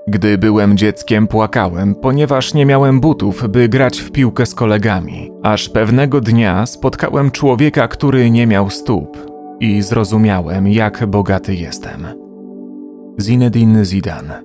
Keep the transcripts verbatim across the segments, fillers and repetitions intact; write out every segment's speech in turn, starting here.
Gdy byłem dzieckiem, płakałem, ponieważ nie miałem butów, by grać w piłkę z kolegami. Aż pewnego dnia spotkałem człowieka, który nie miał stóp i zrozumiałem, jak bogaty jestem. Zinedine Zidane.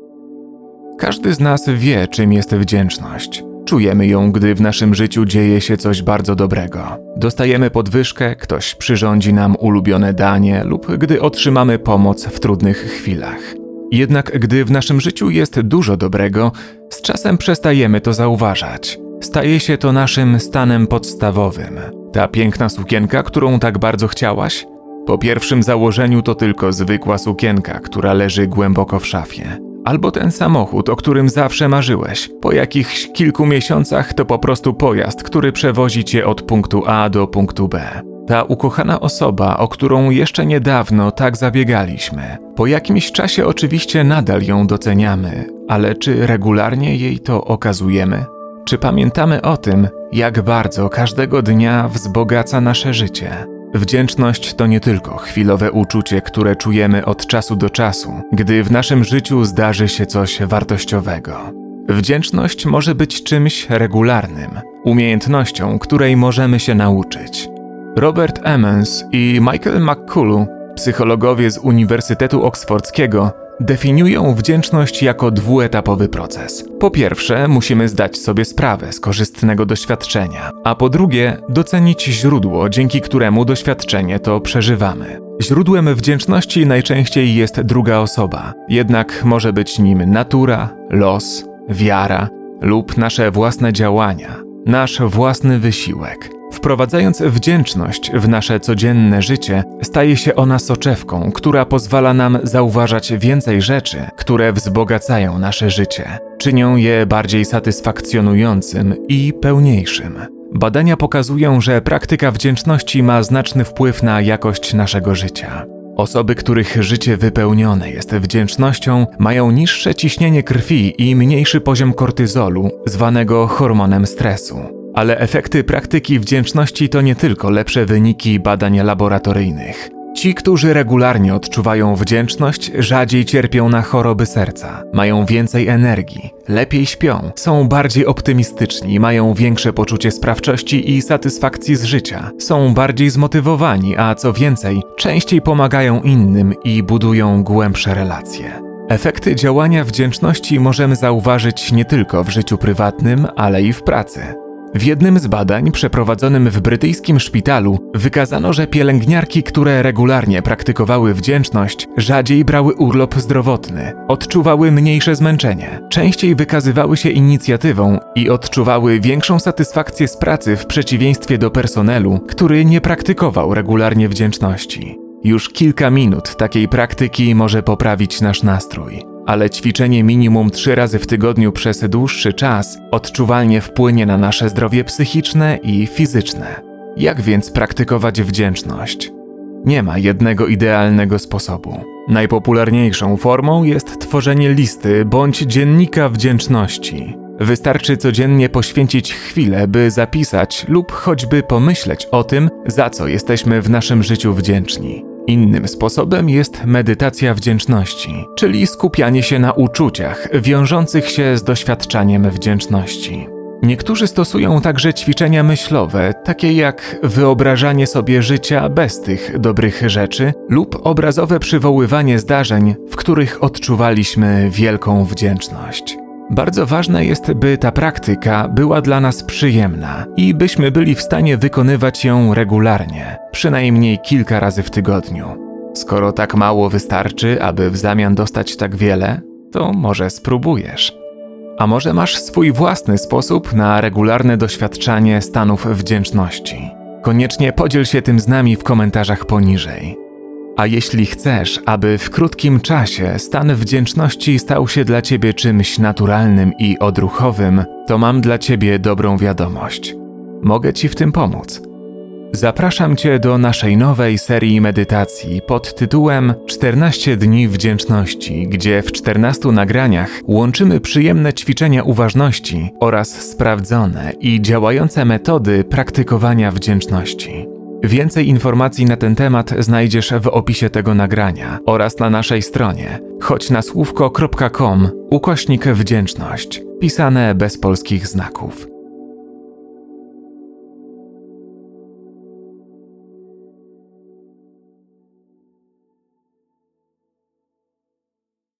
Każdy z nas wie, czym jest wdzięczność. Czujemy ją, gdy w naszym życiu dzieje się coś bardzo dobrego. Dostajemy podwyżkę, ktoś przyrządzi nam ulubione danie lub gdy otrzymamy pomoc w trudnych chwilach. Jednak gdy w naszym życiu jest dużo dobrego, z czasem przestajemy to zauważać. Staje się to naszym stanem podstawowym. Ta piękna sukienka, którą tak bardzo chciałaś? Po pierwszym założeniu to tylko zwykła sukienka, która leży głęboko w szafie. Albo ten samochód, o którym zawsze marzyłeś. Po jakichś kilku miesiącach to po prostu pojazd, który przewozi cię od punktu A do punktu B. Ta ukochana osoba, o którą jeszcze niedawno tak zabiegaliśmy. Po jakimś czasie oczywiście nadal ją doceniamy, ale czy regularnie jej to okazujemy? Czy pamiętamy o tym, jak bardzo każdego dnia wzbogaca nasze życie? Wdzięczność to nie tylko chwilowe uczucie, które czujemy od czasu do czasu, gdy w naszym życiu zdarzy się coś wartościowego. Wdzięczność może być czymś regularnym, umiejętnością, której możemy się nauczyć. Robert Emmons i Michael McCullough, psychologowie z Uniwersytetu Oksfordzkiego, definiują wdzięczność jako dwuetapowy proces. Po pierwsze, musimy zdać sobie sprawę z korzystnego doświadczenia, a po drugie, docenić źródło, dzięki któremu doświadczenie to przeżywamy. Źródłem wdzięczności najczęściej jest druga osoba, jednak może być nim natura, los, wiara lub nasze własne działania, nasz własny wysiłek. Wprowadzając wdzięczność w nasze codzienne życie, staje się ona soczewką, która pozwala nam zauważać więcej rzeczy, które wzbogacają nasze życie, czynią je bardziej satysfakcjonującym i pełniejszym. Badania pokazują, że praktyka wdzięczności ma znaczny wpływ na jakość naszego życia. Osoby, których życie wypełnione jest wdzięcznością, mają niższe ciśnienie krwi i mniejszy poziom kortyzolu, zwanego hormonem stresu. Ale efekty praktyki wdzięczności to nie tylko lepsze wyniki badań laboratoryjnych. Ci, którzy regularnie odczuwają wdzięczność, rzadziej cierpią na choroby serca, mają więcej energii, lepiej śpią, są bardziej optymistyczni, mają większe poczucie sprawczości i satysfakcji z życia, są bardziej zmotywowani, a co więcej, częściej pomagają innym i budują głębsze relacje. Efekty działania wdzięczności możemy zauważyć nie tylko w życiu prywatnym, ale i w pracy. W jednym z badań przeprowadzonym w brytyjskim szpitalu wykazano, że pielęgniarki, które regularnie praktykowały wdzięczność, rzadziej brały urlop zdrowotny, odczuwały mniejsze zmęczenie, częściej wykazywały się inicjatywą i odczuwały większą satysfakcję z pracy w przeciwieństwie do personelu, który nie praktykował regularnie wdzięczności. Już kilka minut takiej praktyki może poprawić nasz nastrój. Ale ćwiczenie minimum trzy razy w tygodniu przez dłuższy czas odczuwalnie wpłynie na nasze zdrowie psychiczne i fizyczne. Jak więc praktykować wdzięczność? Nie ma jednego idealnego sposobu. Najpopularniejszą formą jest tworzenie listy bądź dziennika wdzięczności. Wystarczy codziennie poświęcić chwilę, by zapisać lub choćby pomyśleć o tym, za co jesteśmy w naszym życiu wdzięczni. Innym sposobem jest medytacja wdzięczności, czyli skupianie się na uczuciach wiążących się z doświadczaniem wdzięczności. Niektórzy stosują także ćwiczenia myślowe, takie jak wyobrażanie sobie życia bez tych dobrych rzeczy lub obrazowe przywoływanie zdarzeń, w których odczuwaliśmy wielką wdzięczność. Bardzo ważne jest, by ta praktyka była dla nas przyjemna i byśmy byli w stanie wykonywać ją regularnie, przynajmniej kilka razy w tygodniu. Skoro tak mało wystarczy, aby w zamian dostać tak wiele, to może spróbujesz. A może masz swój własny sposób na regularne doświadczanie stanów wdzięczności? Koniecznie podziel się tym z nami w komentarzach poniżej. A jeśli chcesz, aby w krótkim czasie stan wdzięczności stał się dla Ciebie czymś naturalnym i odruchowym, to mam dla Ciebie dobrą wiadomość. Mogę Ci w tym pomóc. Zapraszam Cię do naszej nowej serii medytacji pod tytułem czternaście dni wdzięczności, gdzie w czternastu nagraniach łączymy przyjemne ćwiczenia uważności oraz sprawdzone i działające metody praktykowania wdzięczności. Więcej informacji na ten temat znajdziesz w opisie tego nagrania oraz na naszej stronie choćnasłówko kropka com ukośnik wdzięczność, pisane bez polskich znaków.